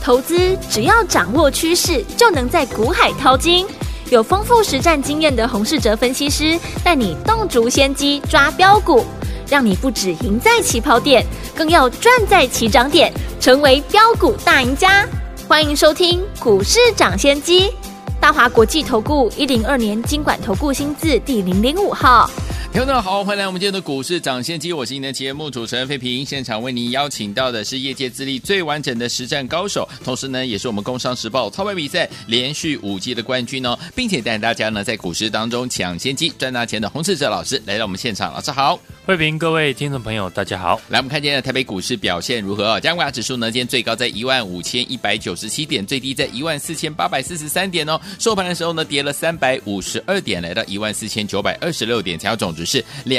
投资只要掌握趋势，就能在股海淘金。有丰富实战经验的洪士哲分析师带你洞烛先机抓标股，让你不只赢在起跑点，更要赚在起涨点，成为标股大赢家。欢迎收听股市涨先机，大华国际投顾102年金管投顾新字第005号。 听众好，欢迎来我们今天的股市涨先机，我是您的节目主持人费平。现场为您邀请到的是业界资历最完整的实战高手，同时呢也是我们工商时报操盘比赛连续5季的冠军哦，并且带大家呢在股市当中抢先机赚大钱的洪士哲老师来到我们现场。老师好。 慧平，各位听众朋友大家好。 来，我们看今天的台北股市表现如何？加权指数呢今天最高在15197点，最低在14843点哦，收盘的时候呢跌了352点，来到14926点，成交总值是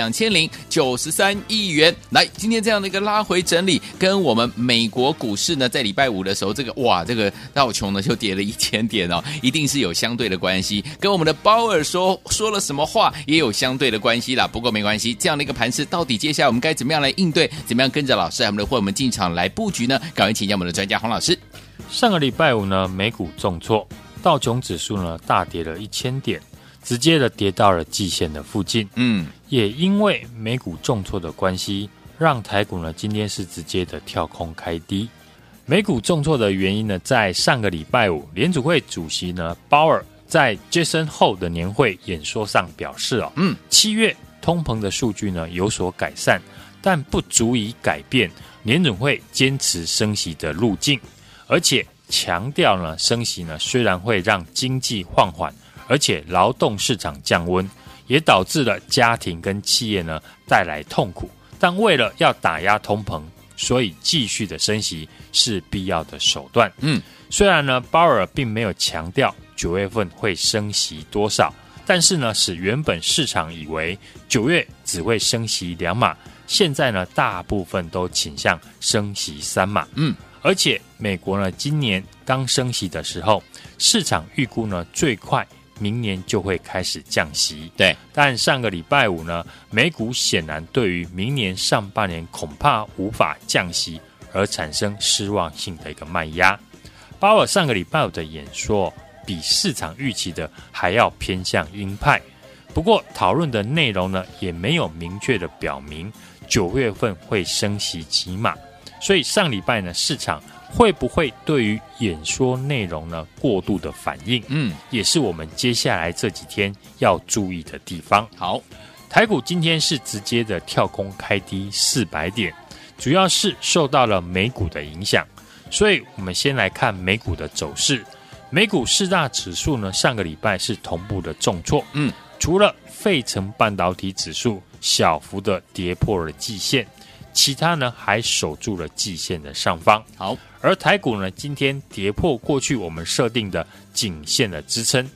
2093亿元。来，今天这样的一个拉回整理，跟我们美国股市呢在礼拜五的时候，这个道琼呢就跌了1000点哦，一定是有相对的关系，跟我们的鲍尔说了什么话也有相对的关系啦。不过没关系，这样的一个盘势到底接下来我们该怎么样来应对，怎么样跟着老师我们的伙伴们进场来布局呢？赶快请教我们的专家洪老师。 上个礼拜五呢，美股重挫，道琼指数呢大跌了1000点，直接的跌到了季线的附近。也因为美股重挫的关系，让台股呢今天是直接的跳空开低。美股重挫的原因呢，在上个礼拜五，联储会主席呢鲍尔在 Jackson Hole 的年会演说上表示7月通膨的数据呢有所改善，但不足以改变联准会坚持升息的路径，而且强调呢升息呢虽然会让经济放缓，而且劳动市场降温，也导致了家庭跟企业呢带来痛苦，但为了要打压通膨，所以继续的升息是必要的手段。虽然呢鲍尔并没有强调9月份会升息多少，但是呢使原本市场以为9月只会升息2码，现在呢大部分都倾向升息3码。而且美国呢今年刚升息的时候，市场预估呢最快明年就会开始降息。 对， 但上个礼拜五呢，美股显然对于明年上半年恐怕无法降息而产生失望性的一个卖压。鲍尔上个礼拜五的演说比市场预期的还要偏向鹰派，不过讨论的内容呢也没有明确的表明9月份会升息几码，所以上礼拜呢市场会不会对于演说内容呢过度的反应，也是我们接下来这几天要注意的地方。好，台股今天是直接的跳空开低400点，主要是受到了美股的影响，所以我们先来看美股的走势。美股4大指数呢上个礼拜是同步的重挫，除了费城半导体指数小幅的跌破了季线，其他呢还守住了季线的上方。好，而台股呢今天跌破过去我们设定的颈线的支撑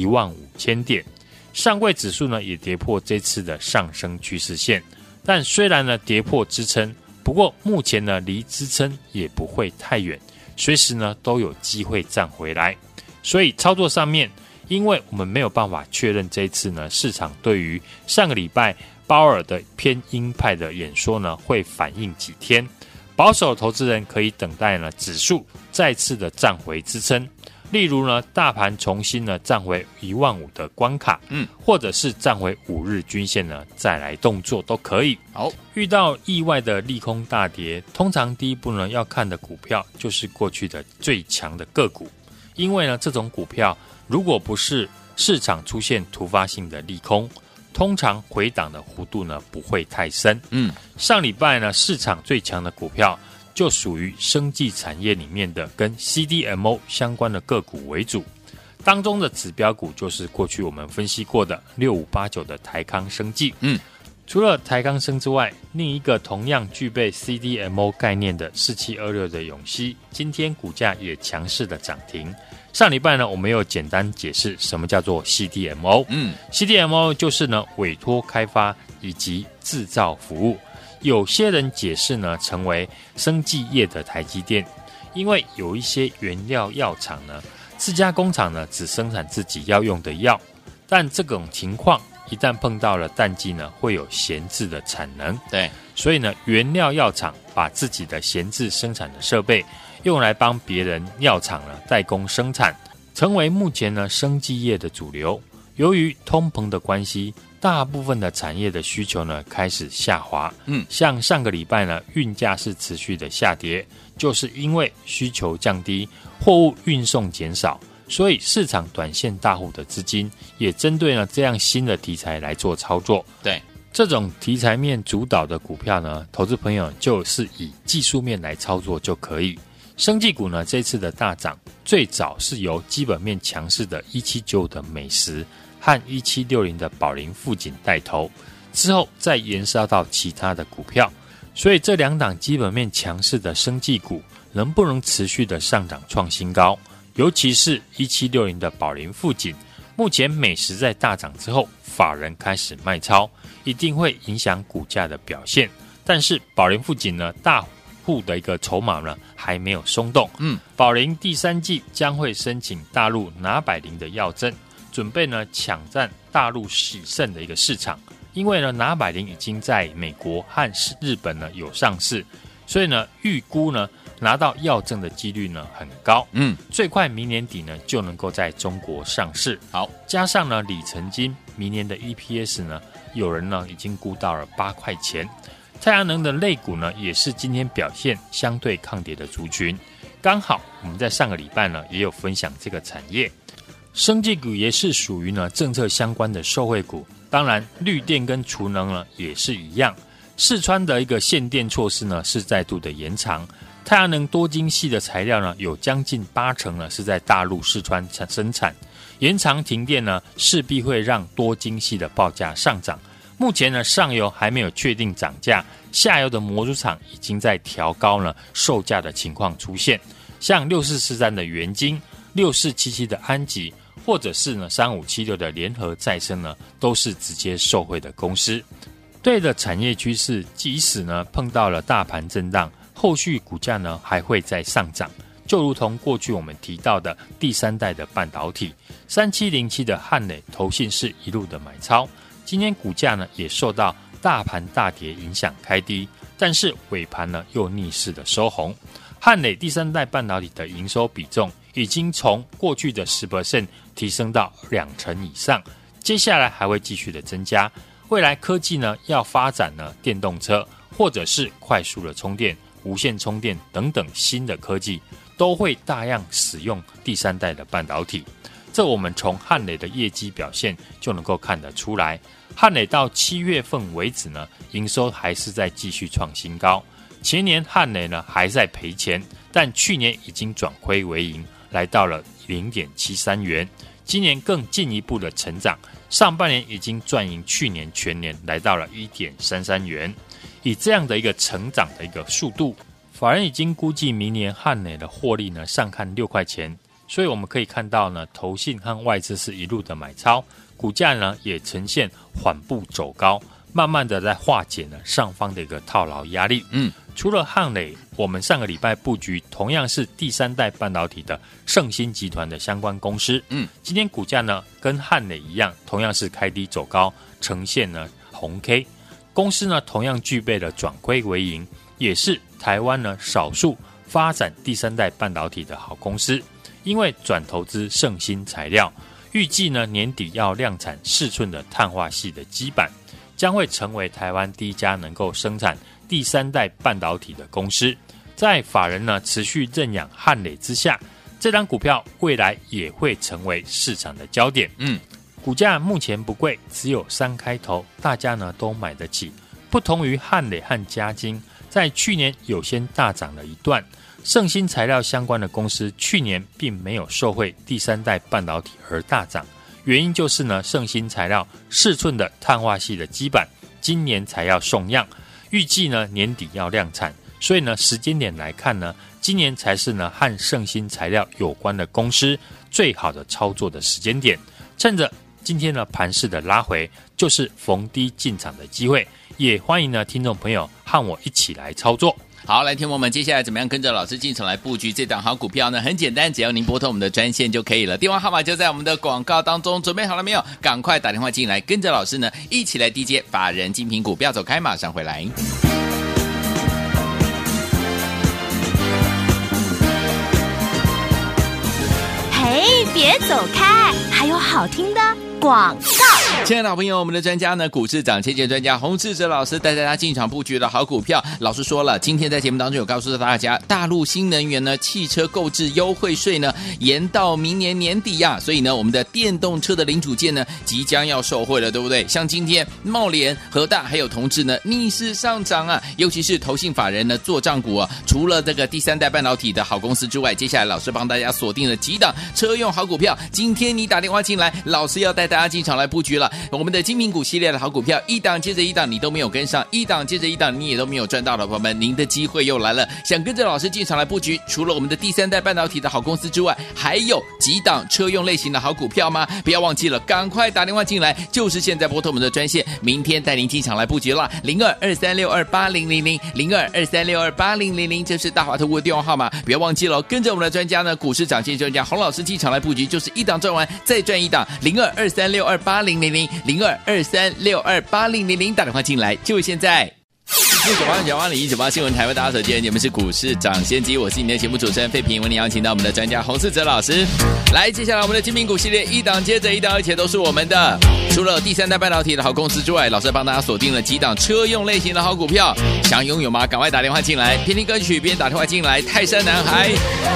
15000点，上柜指数呢也跌破这次的上升趋势线，但虽然呢跌破支撑，不过目前呢离支撑也不会太远，随时呢都有机会站回来。所以操作上面，因为我们没有办法确认这一次呢市场对于上个礼拜鲍尔的偏鹰派的演说呢会反映几天，保守投资人可以等待呢指数再次的站回支撑，例如呢大盘重新呢站回15000的关卡，或者是站回5日均线呢再来动作都可以。好，遇到意外的利空大跌，通常第一步呢要看的股票就是过去的最强的个股，因为呢这种股票如果不是市场出现突发性的利空，通常回档的弧度呢不会太深。上礼拜呢市场最强的股票就属于生技产业里面的跟 CDMO 相关的个股为主，当中的指标股就是过去我们分析过的6589的台康生技。除了台康生之外，另一个同样具备 CDMO 概念的4726的永熙，今天股价也强势的涨停。上礼拜呢，我们有简单解释什么叫做 CDMO。CDMO 就是呢委托开发以及制造服务。有些人解释呢成为生技业的台积电，因为有一些原料药厂呢，自家工厂呢只生产自己要用的药，但这种情况一旦碰到了淡季呢，会有闲置的产能。对，所以呢，原料药厂把自己的闲置生产的设备用来帮别人药厂呢代工生产，成为目前呢生技业的主流。由于通膨的关系，大部分的产业的需求呢开始下滑。像上个礼拜呢，运价是持续的下跌，就是因为需求降低，货物运送减少，所以市场短线大户的资金也针对呢这样新的题材来做操作。 对， 这种题材面主导的股票呢，投资朋友就是以技术面来操作就可以。生技股呢，这次的大涨最早是由基本面强势的1795的美食和1760的宝林富锦带头，之后再延烧到其他的股票。所以这两档基本面强势的生技股能不能持续的上涨创新高，尤其是1760的宝林富锦，目前美食在大涨之后，法人开始卖超，一定会影响股价的表现。但是宝林富锦呢，大户的一个筹码呢还没有松动。宝林第3季将会申请大陆拿百灵的药证，准备呢抢占大陆喜盛的一个市场。因为呢拿百灵已经在美国和日本呢有上市，所以呢预估呢拿到药证的几率呢很高。最快明年底呢就能够在中国上市。好，加上呢里程金明年的 EPS 呢，有人呢已经估到了8块钱。太阳能的类股呢，也是今天表现相对抗跌的族群。刚好我们在上个礼拜呢，也有分享这个产业。生技股也是属于呢政策相关的受惠股，当然绿电跟储能呢也是一样。四川的一个限电措施呢是再度的延长。太阳能多晶系的材料呢，有将近80%呢是在大陆四川生产。延长停电呢，势必会让多晶系的报价上涨。目前呢，上游还没有确定涨价，下游的模组厂已经在调高呢售价的情况出现，像6443的元晶、6477的安吉，或者是呢3576的联合再生呢，都是直接受惠的公司。对的产业趋势，即使呢碰到了大盘震荡，后续股价呢还会再上涨，就如同过去我们提到的第3代的半导体3707的汉磊投信是一路的买超。今天股价呢也受到大盘大跌影响开低，但是尾盘呢又逆势的收红。汉磊第3代半导体的营收比重已经从过去的 10% 提升到2成以上，接下来还会继续的增加。未来科技呢要发展呢电动车，或者是快速的充电、无线充电等等新的科技，都会大量使用第3代的半导体。这我们从汉磊的业绩表现就能够看得出来。汉磊到7月份为止呢，营收还是在继续创新高。前年汉磊呢还在赔钱，但去年已经转亏为盈，来到了 0.73 元。今年更进一步的成长，上半年已经赚赢去年全年，来到了 1.33 元。以这样的一个成长的一个速度，法人已经估计明年汉磊的获利呢上看6块钱。所以我们可以看到呢，投信和外资是一路的买超，股价呢也呈现缓步走高，慢慢的在化解呢上方的一个套牢压力。除了汉磊，我们上个礼拜布局同样是第3代半导体的盛兴集团的相关公司。今天股价呢跟汉磊一样，同样是开低走高，呈现呢红 K。公司呢同样具备了转亏为盈，也是台湾呢少数发展第3代半导体的好公司。因为转投资盛兴材料，预计呢年底要量产4寸的碳化系的基板，将会成为台湾第一家能够生产第3代半导体的公司。在法人呢持续认养汉磊之下，这张股票未来也会成为市场的焦点。股价目前不贵，只有3开头，大家呢都买得起。不同于汉磊和嘉晶，在去年有先大涨了一段。盛兴材料相关的公司去年并没有受惠第3代半导体而大涨，原因就是呢，盛兴材料4寸的碳化系的基板今年才要送样，预计呢年底要量产，所以呢时间点来看呢，今年才是呢和盛兴材料有关的公司最好的操作的时间点。趁着今天呢盘势的拉回，就是逢低进场的机会，也欢迎呢听众朋友和我一起来操作。 好，来听我们接下来怎么样跟着老师进场来布局这档好股票呢？很简单，只要您拨通我们的专线就可以了，电话号码就在我们的广告当中。准备好了没有？赶快打电话进来，跟着老师呢一起来低接法人精品股，不要走开，马上回来。 别走开，还有好听的广告。 亲爱的好朋友，我们的专家呢，股市涨千钱专家洪志哲老师带大家进场布局的好股票。老师说了，今天在节目当中有告诉大家，大陆新能源呢汽车购置优惠税呢延到明年年底呀，所以呢我们的电动车的零组件呢即将要受惠了，对不对？像今天茂联、和大还有同致呢逆势上涨啊，尤其是投信法人呢做账股啊，除了这个第三代半导体的好公司之外，接下来老师帮大家锁定了几档车用好股票。今天你打电话进来，老师要带大家进场来布局了。我们的精品股系列的好股票，一档接着一档你都没有跟上，一档接着一档你也都没有赚到的朋友们，您的机会又来了。想跟着老师进场来布局，除了我们的第三代半导体的好公司之外，还有几档车用类型的好股票吗？不要忘记了，赶快打电话进来，就是现在拨通我们的专线，明天带您进场来布局了。0223628000，0223628000，这是大华投顾的电话号码，不要忘记了，跟着我们的专家呢，股市涨线专家洪老师进场来布局，就是一档赚完再赚一档，0223628000，0223628000，打电话进来就现在。198新闻台为大家所见，你们是股市涨先机，我是你的节目主持人费平，为你邀请到我们的专家洪士哲老师。来，接下来我们的精品股系列一档接着一档，而且都是我们的。除了第三代半导体的好公司之外，老师帮大家锁定了几档车用类型的好股票，想拥有吗？赶快打电话进来，边听歌曲边打电话进来。泰山男孩。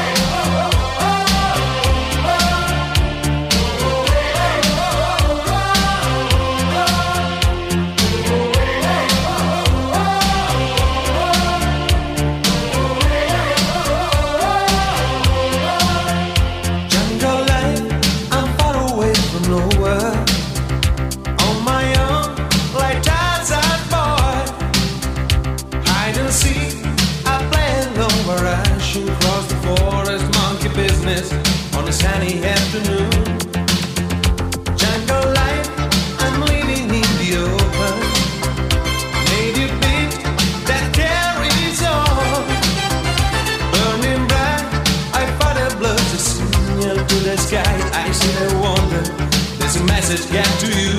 On a sunny afternoon, jungle life, I'm living in the open. Native beat that carries on, burning bright. I find a blood to signal to the sky. I see the wonder. There's a message get to you.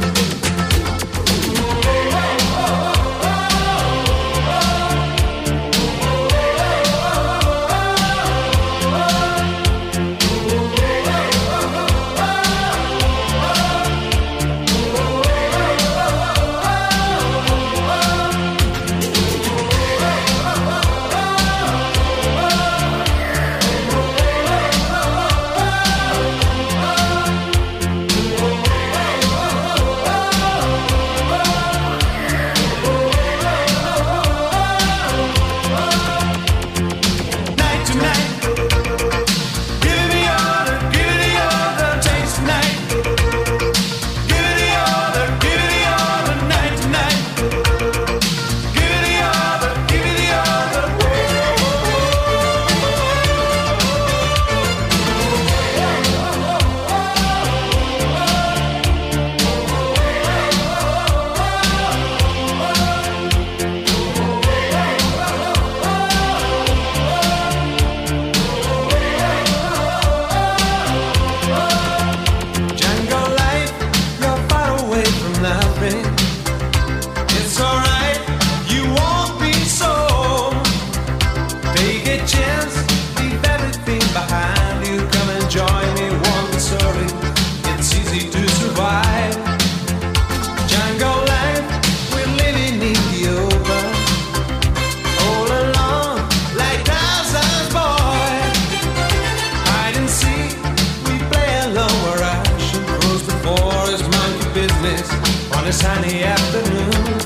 On a sunny afternoon,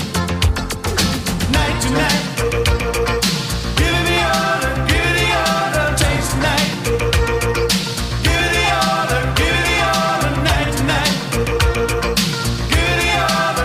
night to night, give me the order, change tonight. Give me the order, night to night. Give me the order,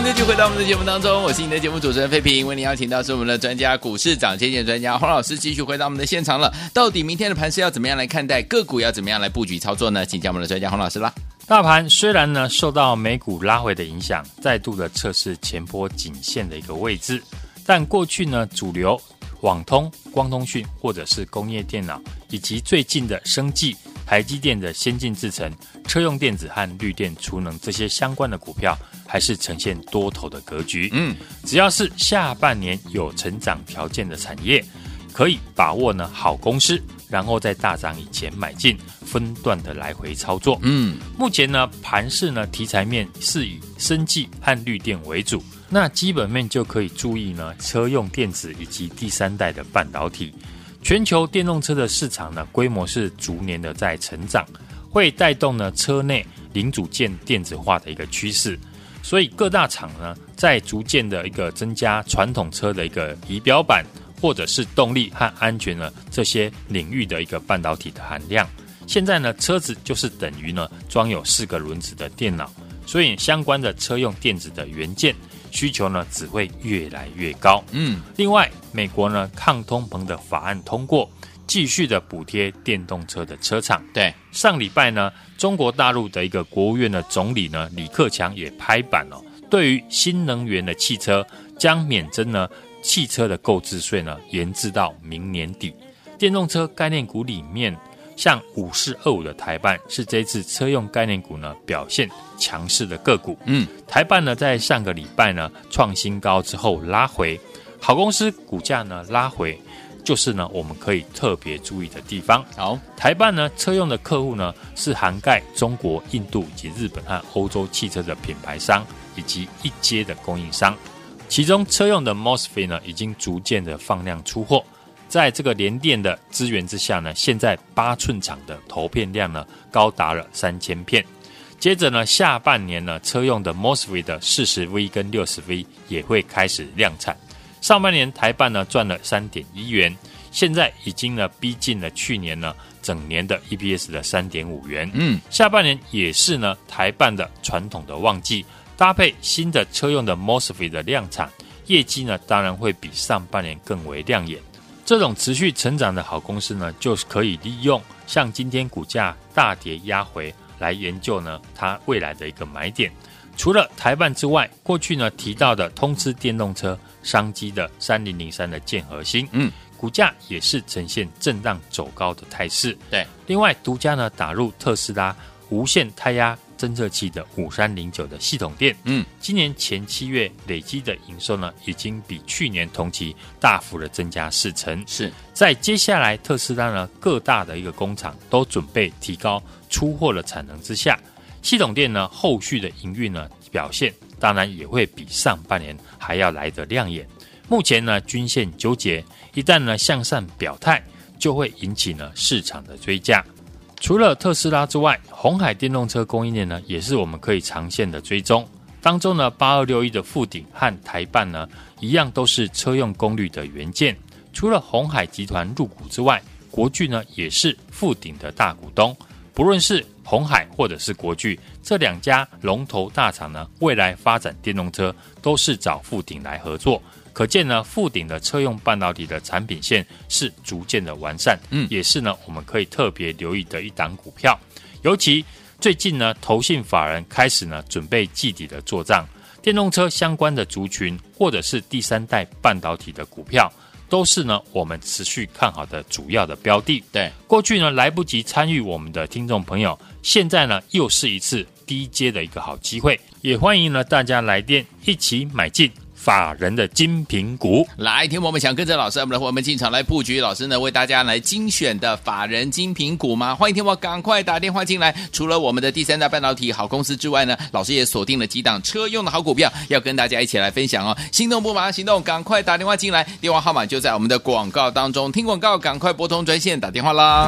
欢迎继续回到我们的节目当中，我是你的节目主持人费平，为您邀请到是我们的专家股市涨跌点专家洪老师，继续回到我们的现场了。到底明天的盘势要怎么样来看待，个股要怎么样来布局操作呢？请教我们的专家洪老师啦。 大盘虽然呢受到美股拉回的影响，再度的测试前波颈线的一个位置，但过去呢主流网通、光通讯或者是工业电脑，以及最近的生技、台积电的先进制程、车用电子和绿电储能这些相关的股票，还是呈现多头的格局。只要是下半年有成长条件的产业，可以把握呢好公司，然后在大涨以前买进，分段的来回操作。目前呢盘势呢题材面是以生技和绿电为主，那基本面就可以注意呢车用电子以及第三代的半导体。全球电动车的市场呢规模是逐年的在成长，会带动呢车内零组件电子化的一个趋势，所以各大厂呢在逐渐的一个增加传统车的一个仪表板或者是动力和安全呢这些领域的一个半导体的含量。现在呢车子就是等于呢装有4个轮子的电脑，所以相关的车用电子的元件需求呢只会越来越高。另外美国呢抗通膨的法案通过，继续的补贴电动车的车厂。 对， 上礼拜呢中国大陆的一个国务院的总理呢李克强也拍板对于新能源的汽车将免征呢汽车的购置税呢延至到明年底。电动车概念股里面，像5425的台半是这次车用概念股呢表现强势的个股。台半呢在上个礼拜呢创新高之后拉回，好公司股价呢拉回，就是呢我们可以特别注意的地方。 好， 台半呢车用的客户呢是涵盖中国、印度以及日本和欧洲汽车的品牌商以及一阶的供应商，其中车用的 MOSFET 呢已经逐渐的放量出货。在这个联电的资源之下呢，现在8寸厂的投片量呢高达了3000片。接着呢，下半年呢，车用的 MOSFET 的 40V 跟 60V 也会开始量产。上半年台半呢赚了 3.1 元，现在已经呢逼近了去年呢整年的 EPS 的 3.5 元。下半年也是呢台半的传统的旺季，搭配新的车用的 MOSFET 的量产，业绩呢当然会比上半年更为亮眼。这种持续成长的好公司呢，就是可以利用像今天股价大跌压回来研究呢它未来的一个买点。除了台半之外，过去呢提到的通吃电动车商机的3003的建和兴，股价也是呈现震荡走高的态势。 对， 另外独家呢打入特斯拉无线胎压侦测器的5309的系统店，今年前7月累积的营收呢，已经比去年同期大幅的增加40%。 是在接下来特斯拉呢各大的一个工厂都准备提高出货的产能之下，系统店呢后续的营运呢表现当然也会比上半年还要来得亮眼。目前呢均线纠结，一旦呢向上表态，就会引起呢市场的追价。除了特斯拉之外，鸿海电动车供应链呢也是我们可以长线的追踪。当中呢8261的富鼎和台半呢一样都是车用功率的元件。除了鸿海集团入股之外，国巨呢也是富鼎的大股东。不论是鸿海或者是国巨，这2家龙头大厂呢未来发展电动车都是找富鼎来合作。可见呢，富鼎的车用半导体的产品线是逐渐的完善，也是呢我们可以特别留意的一档股票。尤其最近呢，投信法人开始呢准备季底的做账，电动车相关的族群或者是第三代半导体的股票，都是呢我们持续看好的主要的标的。 对， 过去呢来不及参与我们的听众朋友，现在呢又是一次低阶的一个好机会，也欢迎呢大家来电一起买进法人的精品股。 来，听我们想跟着老师，我们的伙伴们进场来布局，老师呢为大家来精选的法人精品股吗？欢迎听我赶快打电话进来。除了我们的第三代半导体好公司之外呢，老师也锁定了几档车用的好股票，要跟大家一起来分享哦。心动不马上行动，赶快打电话进来，电话号码就在我们的广告当中。听广告，赶快拨通专线打电话啦。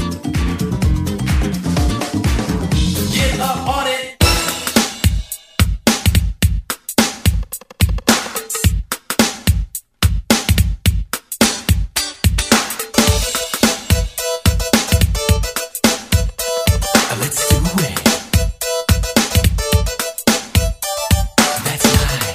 Get up on it. Let's do it. That's right.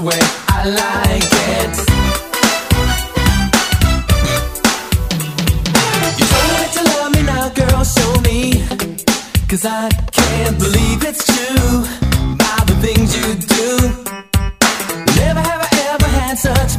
way I like it. You told me to love me now, girl, show me. 'Cause I can't believe it's true. By the things you do. Never have I ever had such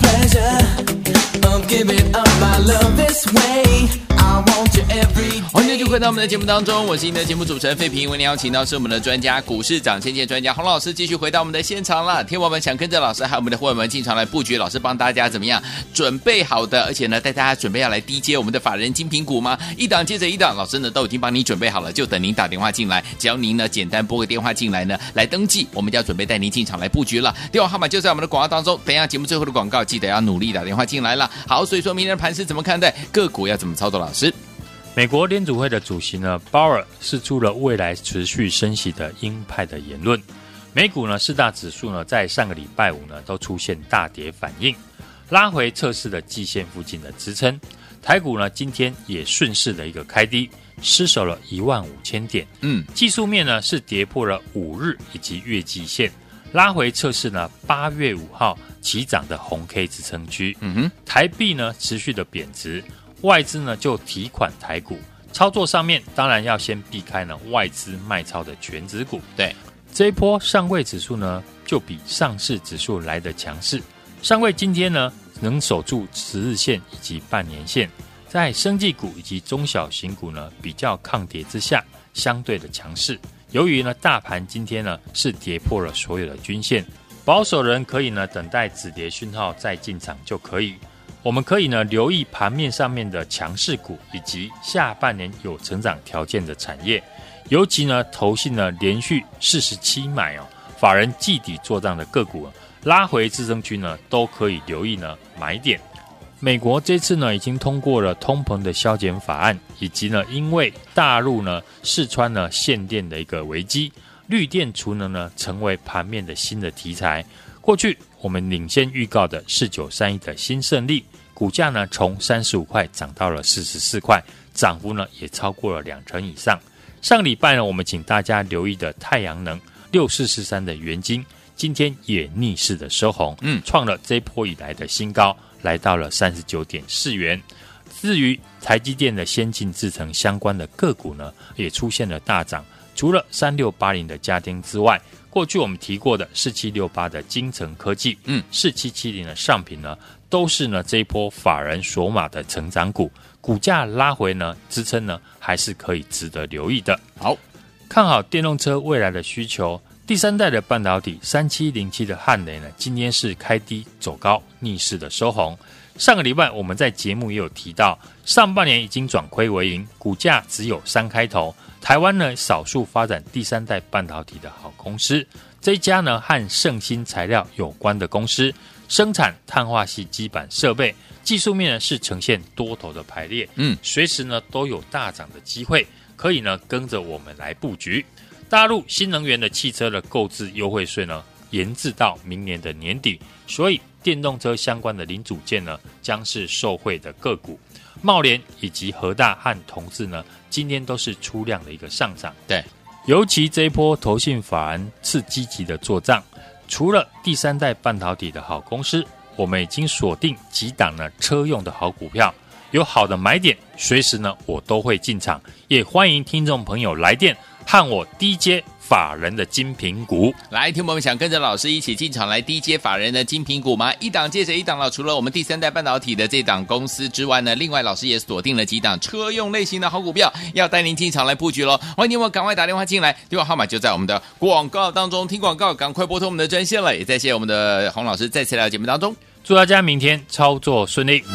pleasure of giving up my love this way. I want you every day. 欢迎继续回到我们的节目当中，我是您的节目主持人费平，为您邀请到是我们的专家股市涨千千专家洪老师，继续回到我们的现场了。天王们想跟着老师还有我们的会员们进场来布局，老师帮大家怎么样准备好的，而且呢带大家准备要来低接我们的法人精品股吗？一档接着一档，老师呢都已经帮你准备好了，就等您打电话进来，只要您呢简单拨个电话进来呢来登记，我们就要准备带您进场来布局了。电话号码就在我们的广告当中，等一下节目最后的广告记得要努力打电话进来了。好，所以说明天的盘势怎么看待，个股要怎么操作，老师？ 美国联储会的主席呢鲍尔释出了未来持续升息的鹰派的言论。美股呢四大指数呢在上个礼拜五呢都出现大跌反应，拉回测试了季线附近的支撑。台股呢今天也顺势的一个开低，失守了15000点。技术面呢是跌破了5日以及月季线，拉回测试呢8月5号起涨的红 K 支撑区。台币呢持续的贬值。外资呢就提款台股，操作上面当然要先避开呢外资卖超的全指股。 对， 这一波上柜指数呢就比上市指数来得强势。上柜今天呢能守住10日线以及半年线，在生技股以及中小型股呢比较抗跌之下，相对的强势。由于呢大盘今天呢是跌破了所有的均线，保守人可以呢等待止跌讯号再进场就可以。我们可以呢留意盘面上面的强势股以及下半年有成长条件的产业，尤其呢投信呢连续47买法人季底做账的个股拉回支撑区呢都可以留意呢买点。美国这次呢已经通过了通膨的削减法案，以及呢因为大陆呢释川呢限电的一个危机，绿电储能呢成为盘面的新的题材。过去我们领先预告的4931的新胜利，股价呢从35块涨到了44块，涨幅呢也超过了2成以上。上个礼拜呢，我们请大家留意的太阳能6443的元晶，今天也逆势的收红，创了这一波以来的新高，来到了39.4元。至于台积电的先进制程相关的个股呢，也出现了大涨，除了3680的嘉丁之外，过去我们提过的4768的精诚科技，4770的上品呢，都是呢这一波法人锁码的成长股，股价拉回呢支撑呢还是可以值得留意的。好，看好电动车未来的需求，第三代的半导体3707的汉磊呢，今天是开低走高，逆势的收红。上个礼拜我们在节目也有提到，上半年已经转亏为盈，股价只有3开头。台湾呢少数发展第三代半导体的好公司，这一家呢和盛兴材料有关的公司，生产碳化矽基板设备，技术面呢是呈现多头的排列，随时呢都有大涨的机会，可以呢跟着我们来布局。大陆新能源的汽车的购置优惠税呢延至到明年的年底，所以电动车相关的零组件呢将是受惠的个股。茂联以及和大和同致呢今天都是出量的一个上涨。 对， 尤其这一波投信法人是积极的做账，除了第三代半导体的好公司，我们已经锁定几档呢车用的好股票，有好的买点，随时呢我都会进场，也欢迎听众朋友来电和我低接法人的精品股。 来，听我们想跟着老师一起进场来低接法人的精品股吗？一档接着一档了。除了我们第三代半导体的这档公司之外呢，另外老师也锁定了几档车用类型的好股票，要带您进场来布局咯。欢迎听我赶快打电话进来，电话号码就在我们的广告当中。听广告赶快拨通我们的专线了。也再谢谢我们的洪老师再次来到节目当中， 祝大家明天操作顺利。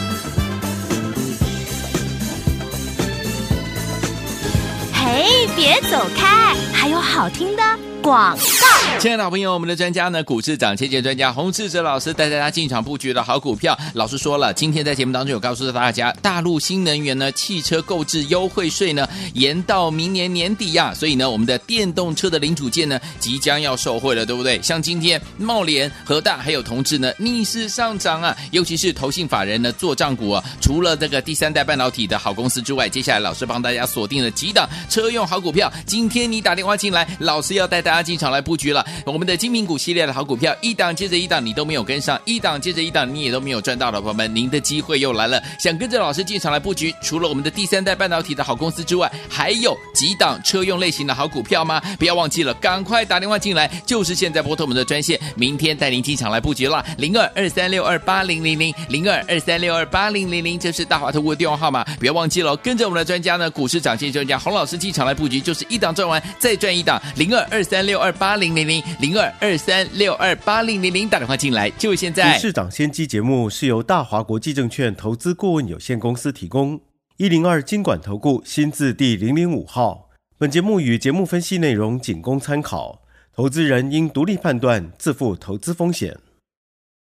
嘿，别走开，还有好听的广告。 亲爱的好朋友，我们的专家呢，股市涨千千专家洪士哲老师带大家进场布局的好股票。老师说了，今天在节目当中有告诉大家，大陆新能源呢汽车购置优惠税呢延到明年年底呀，所以呢我们的电动车的零组件呢即将要受惠了，对不对？像今天茂联、和大还有同致呢逆势上涨啊，尤其是投信法人呢做账股啊，除了这个第三代半导体的好公司之外，接下来老师帮大家锁定了几档车用好股票。今天你打电话话进来，老师要带大家进场来布局了。我们的精品股系列的好股票，一档接着一档，你都没有跟上，一档接着一档，你也都没有赚到的朋友们，您的机会又来了。想跟着老师进场来布局，除了我们的第三代半导体的好公司之外，还有几档车用类型的好股票吗？不要忘记了，赶快打电话进来，就是现在拨通我们的专线，明天带您进场来布局了。0223628000，0223628000，这是大华投顾的电话号码，不要忘记了。跟着我们的专家呢，股市涨线专家洪老师进场来布局，就是一档赚完再赚一档，0223628000，0223628000，打电话进来就现在。 股市涨先机节目是由大华国际证券投资顾问有限公司提供，102金管投顾新字第005号。本节目与节目分析内容仅供参考，投资人应独立判断，自负投资风险。